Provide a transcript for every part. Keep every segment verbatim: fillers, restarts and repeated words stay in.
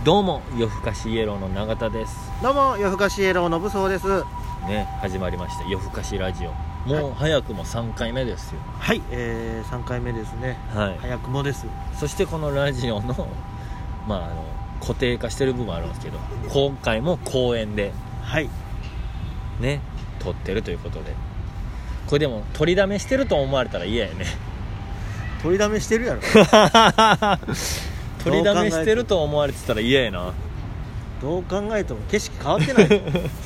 どうも夜更かしイエローの永田です。 どうも夜更かしイエローの武装ですね、始まりました夜更かしラジオ。もう早くもさんかいめですよ。 はい、えー、さんかいめですね。 はい。 早くもです。 そしてこのラジオのまああの固定化してる部分あるんですけど、今回も公演ではいね撮ってるということで、これでも取りだめしてると思われたら嫌やね。 取りだめしてるやろ取りだめしてると思われてたら嫌やな。 どう考えても景色変わってない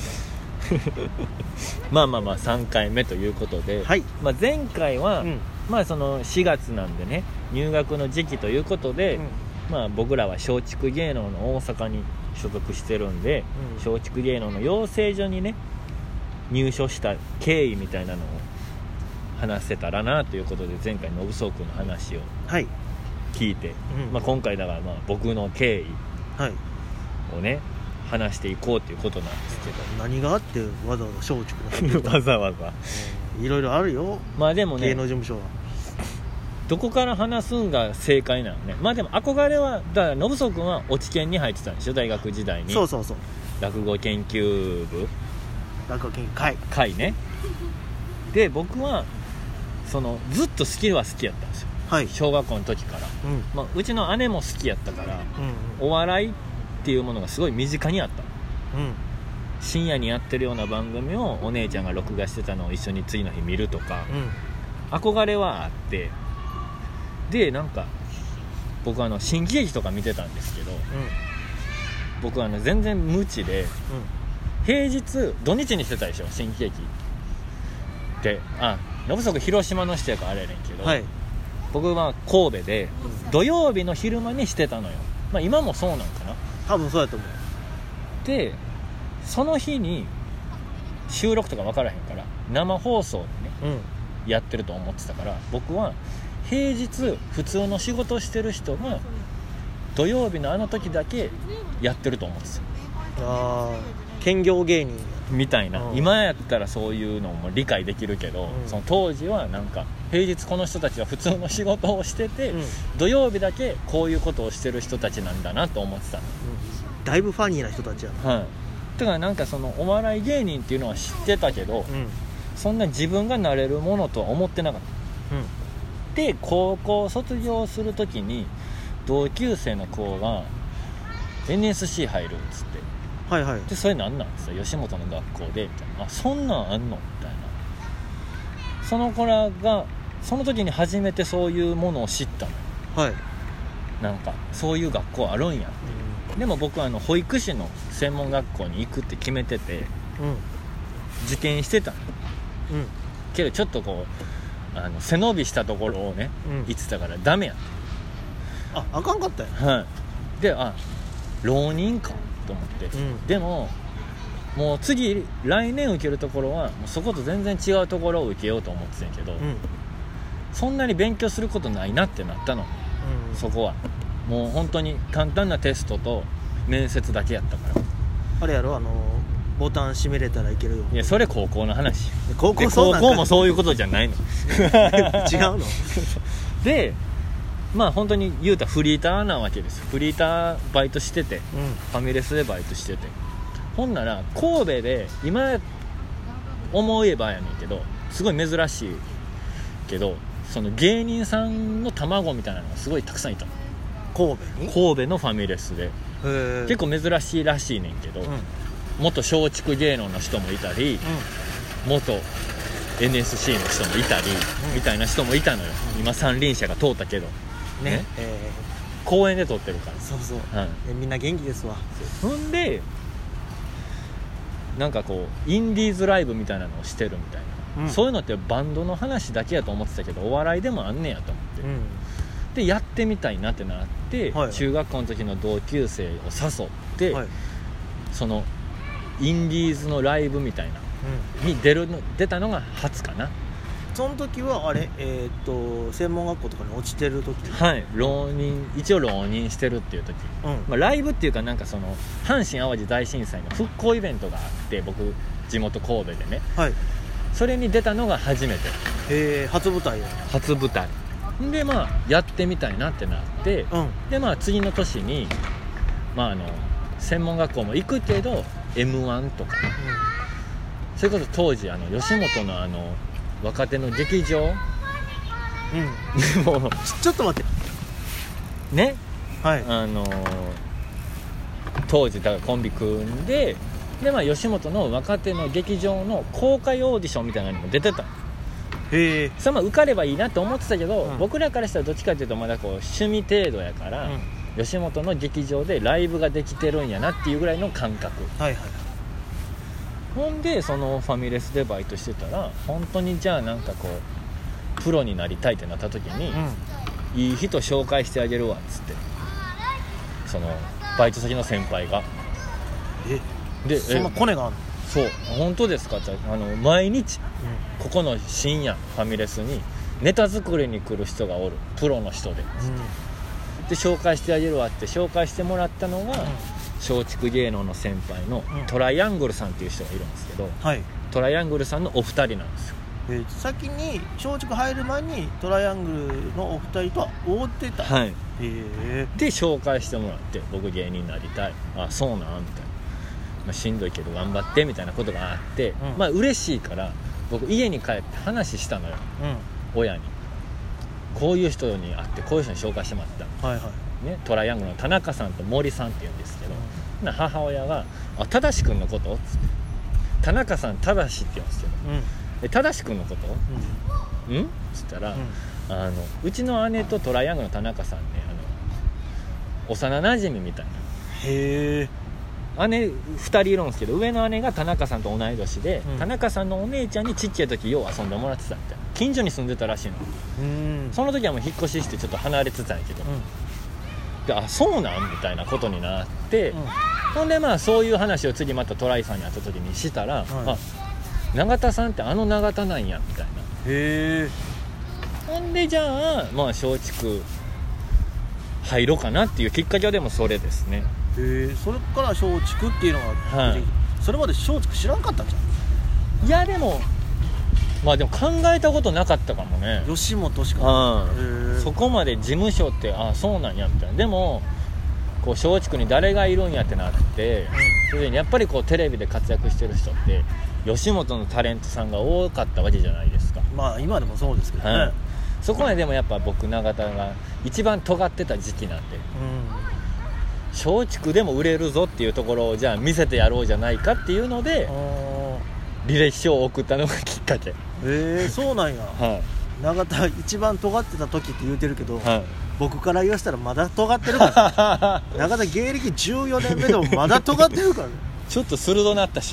まあまあまあさんかいめということで、 はい、 まあ、前回は、 うん、 まあそのしがつなんでね入学の時期ということで、うん、まあ僕らは松竹芸能の大阪に所属してるんで、うん、松竹芸能の養成所にね入所した経緯みたいなのを話せたらなということで、前回の信宗君の話を聞いて、はい、うん、まあ、今回だからまあ僕の経緯をね、はい、話していこうということなんですけど、 何があってわざわざ松竹のわざわざいろいろあるよ。 まあでもね、 芸能事務所はどこから話すんが正解なのね。まあでも憧れはだから信宗君は落ち研に入ってたんでしょ、大学時代に。 そうそうそう、 落語研究部落語研究会会ね。で僕はそのずっと好きは好きやったんですよ、はい、小学校の時から、うん、まあ、うちの姉も好きやったから、うんうん、お笑いっていうものがすごい身近にあった、うん、深夜にやってるような番組をお姉ちゃんが録画してたのを一緒に次の日見るとか、うん、憧れはあって、でなんか僕はあの新喜劇とか見てたんですけど、うん、僕はあの全然無知で、うん、平日土日にしてたでしょ新喜劇って。あ、信宗広島の人やからあれやねんけど、はい、僕は神戸で土曜日の昼間にしてたのよ。まあ今もそうなんかな、 多分そうやと思う。 でその日に収録とか分からへんから生放送でね、うん、やってると思ってたから、僕は平日普通の仕事をしてる人が土曜日のあの時だけやってると思ってた。 あー、兼業芸人みたいな、うん、今やったらそういうのも理解できるけど、うん、その当時はなんか平日この人たちは普通の仕事をしてて、うん、土曜日だけこういうことをしてる人たちなんだなと思ってたの、 うん、だいぶファニーな人たちやな、 はい、だからなんかそのお笑い芸人っていうのは知ってたけど、うん、そんな自分がなれるものとは思ってなかった、うん、で高校卒業するときに同級生の子が エヌエスシー 入るっつって、はいはい、でそれなんなんですよ、吉本の学校でみたいな、あそんなんあんのみたいな。その子らがその時に初めてそういうものを知ったの、はい、なんかそういう学校あるんやって、うん、でも僕はあの保育士の専門学校に行くって決めてて、うん、受験してたの、うん、けどちょっとこうあの背伸びしたところをね、うん、言ってたからダメやって、 あ、あかんかったよ、 はい、で、あ、浪人かと思って、うん、でももう次来年受けるところはもうそこと全然違うところを受けようと思ってたんやけど、うん、そんなに勉強することないなってなったの、うん、そこはもう本当に簡単なテストと面接だけやったから。 あれやろ、あのボタン閉めれたらいけるよ。 いやそれ高校の話。 高校そうなんか。 高校もそういうことじゃないの違うのでまあ本当に言うたらフリーターなわけですよ。フリーターバイトしてて、うん、ファミレスでバイトしてて、ほんなら神戸で今思えばやねんけどすごい珍しいけど、その芸人さんの卵みたいなのがすごいたくさんいたの、 神戸に。 神戸のファミレスで結構珍しいらしいねんけど、うん、元松竹芸能の人もいたり、うん、元 エヌエスシー の人もいたり、うん、みたいな人もいたのよ、うん、今三輪車が通ったけどね、ね、えー、公園で撮ってるから。 そうそう、はい、みんな元気ですわ。 ほんでなんかこうインディーズライブみたいなのをしてるみたいな、うん、そういうのってバンドの話だけやと思ってたけどお笑いでもあんねやと思って、うん、でやってみたいなってなって、はい、中学校の時の同級生を誘って、はい、そのインディーズのライブみたいな、うん、に出るの出たのが初かな。 その時はあれ、えー、っと専門学校とかに落ちてる時。 はい、浪人、一応浪人してるっていう時、うん、まあ、ライブっていうかなんかその阪神淡路大震災の復興イベントがあって、僕地元神戸でね、はい、それに出たのが初めて。 へえ、初舞台や。 初舞台でまあやってみたいなってなって、うん、でまあ次の年にまああの専門学校も行くけど エムワン とか、うん、それこそ当時あの吉本のあの若手の劇場、 うん、もうちょっと待ってね、 はい、 あの当時だからコンビ組んでで、まあ、吉本の若手の劇場の公開オーディションみたいなのにも出てた。 へえ。 それまあ受かればいいなと思ってたけど、うん、僕らからしたらどっちかというとまだこう趣味程度やから、うん、吉本の劇場でライブができてるんやなっていうぐらいの感覚、 はいはい、 ほんでそのファミレスでバイトしてたら本当にじゃあなんかこうプロになりたいってなった時に、うん、いい人紹介してあげるわっつってそのバイト先の先輩がえでそんなコネがあるの？ そう本当ですかってあの毎日、うん、ここの深夜ファミレスにネタ作りに来る人がおるプロの人で、うん、で紹介してあげるわって紹介してもらったのが、うん、松竹芸能の先輩のトライアングルさんっていう人がいるんですけど、はい、トライアングルさんのお二人なんですよ。 えー、先に松竹入る前にトライアングルのお二人とは会ってた。 はい、えー、で紹介してもらって僕芸人になりたいあそうなんみたいな、まあ、しんどいけど頑張ってみたいなことがあって、うん、まあ嬉しいから僕家に帰って話したのよ、うん、親にこういう人に会ってこういう人に紹介してもらった、はいはいね、トライアングルの田中さんと森さんって言うんですけど、うん、母親があただし君のことっつって田中さんただしって言うんですけど、うんえただし君のこと、うん、うんっつったら、うん、あのうちの姉とトライアングルの田中さんねあの幼なじみみたいなへえ姉ふたりいるんですけど上の姉が田中さんと同い年で、うん、田中さんのお姉ちゃんにちっちゃい時よう遊んでもらってたみたいな近所に住んでたらしいのうんその時はもう引っ越ししてちょっと離れてたんやけど、うん、であそうなんみたいなことになって、うん、ほんでまあそういう話を次またトライさんに会った時にしたら、はい、あ永田さんってあの永田なんやみたいなへえほんでじゃあまあ松竹入ろうかなっていうきっかけはでもそれですね。 へえそれから松竹っていうのが、はい、それまで松竹知らんかったんじゃん。いやでもまあでも考えたことなかったかもね吉本しか、 うん、そこまで事務所ってあそうなんやみたいなでもこう松竹に誰がいるんやってなって、うん、やっぱりこうテレビで活躍してる人って吉本のタレントさんが多かったわけじゃないですか。 まあ今でもそうですけどね、はい、 そこまででもやっぱ僕永田が一番尖ってた時期なんで、うん、松竹でも売れるぞっていうところをじゃあ見せてやろうじゃないかっていうので履歴書を送ったのがきっかけ。 えー、そうなんや、はい、永田一番尖ってた時って言うてるけど、はい、僕から言わせたらまだ尖ってるから永田芸歴じゅうよねんめでもまだ尖ってるからねちょっと鋭なったし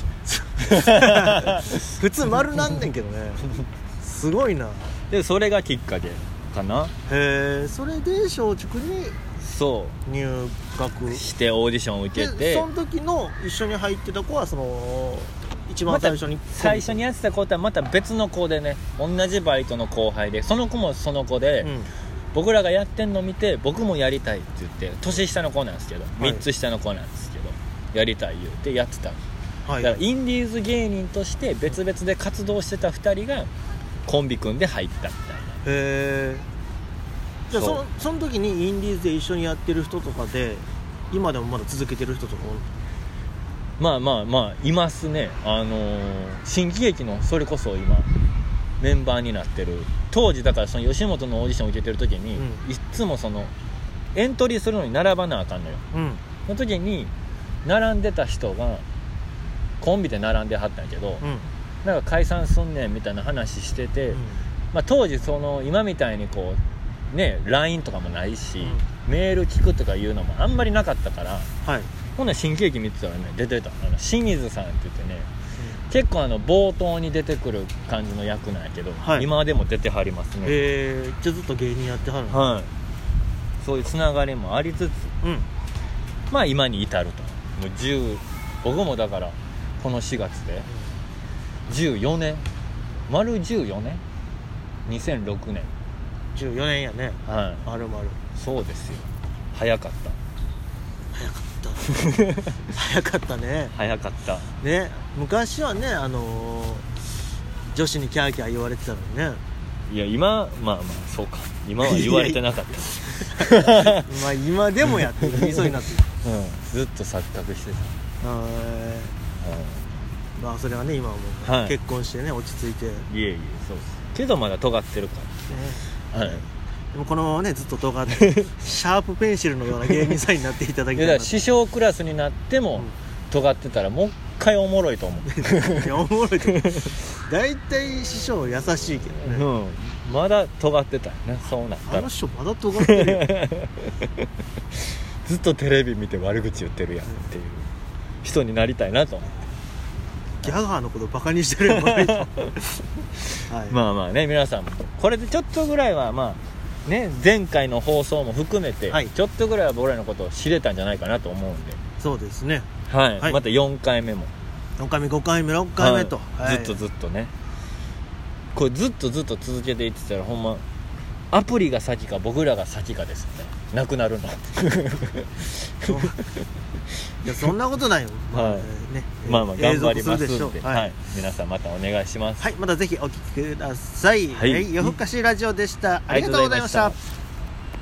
普通丸なんねんけどねすごいな。 でそれがきっかけかな。 へえそれで松竹にそう入学してオーディションを受けてその時の一緒に入ってた子はその一番最初に、 ま、最初にやってた子とはまた別の子でね同じバイトの後輩でその子もその子で、うん、僕らがやってんの見て僕もやりたいって言って年下の子なんですけど、はい、みっつ下の子なんですけどやりたい言ってやってた、はい、だからインディーズ芸人として別々で活動してたふたりがコンビ組んで入ったみたいな。へえじゃあ そ, そ, その時にインディーズで一緒にやってる人とかで今でもまだ続けてる人とかまあまあまあいますね。あのー、新喜劇のそれこそ今メンバーになってる当時だからその吉本のオーディションを受けてる時に、うん、いつもそのエントリーするのに並ばなあかんのよ、うん、その時に並んでた人がコンビで並んではったんやけど、うん、なんか解散すんねんみたいな話してて、うんまあ、当時その今みたいにこうね ライン とかもないし、うん、メール聞くとかいうのもあんまりなかったから、はい、ほんなら新喜劇見てたらね出てたあの清水さんって言ってね、うん、結構あの冒頭に出てくる感じの役なんやけど、はい、今でも出てはりますね。 へえじゃあずっと芸人やってはるの、 はい、そういうつながりもありつつ、うん、まあ今に至るともうじゅう僕もだからこのしがつでじゅうよねん丸じゅうよねんにせんろくねんじゅうよねんやね。 はい。 丸々 そうですよ。早かった早かった早かったね早かったね。昔はねあのー、女子にキャーキャー言われてたのにね。 いや今まあまあそうか今は言われてなかったまあ今でもやってる言いそうになってる、 うん、ずっと錯覚してた。 あ、まあそれはね今はもう、はい、結婚してね落ち着いて、いえいえそうですけどまだ尖ってるから、ね、はい、でもこのままねずっと尖ってシャープペンシルのような芸人さんになっていただきたいな。いや師匠クラスになっても、うん、尖ってたらもう一回おもろいと思ういやおもろいと思う大体師匠優しいけどね、 うん、まだ尖ってたよね。そうなったらあの師匠まだ尖ってるよずっとテレビ見て悪口言ってるやんっていう人になりたいなと思ってギャガーのことバカにしてるよ、はい、 まあまあね皆さんもこれでちょっとぐらいはまあね前回の放送も含めて、はい、ちょっとぐらいは僕らのことを知れたんじゃないかなと思うんで。 そうですね、 はい、はい、またよんかいめもよんかいめごかいめろっかいめと、 はい、ずっとずっとねこれずっとずっと続けていってたらほんまアプリが先か僕らが先かですよねなくなるのいやそんなことないよ、 まあ、はいね、まあまあ頑張りますんで、はいはい、皆さんまたお願いします。 はい、またぜひお聞きください、はい、夜更かしラジオでした。ありがとうございました。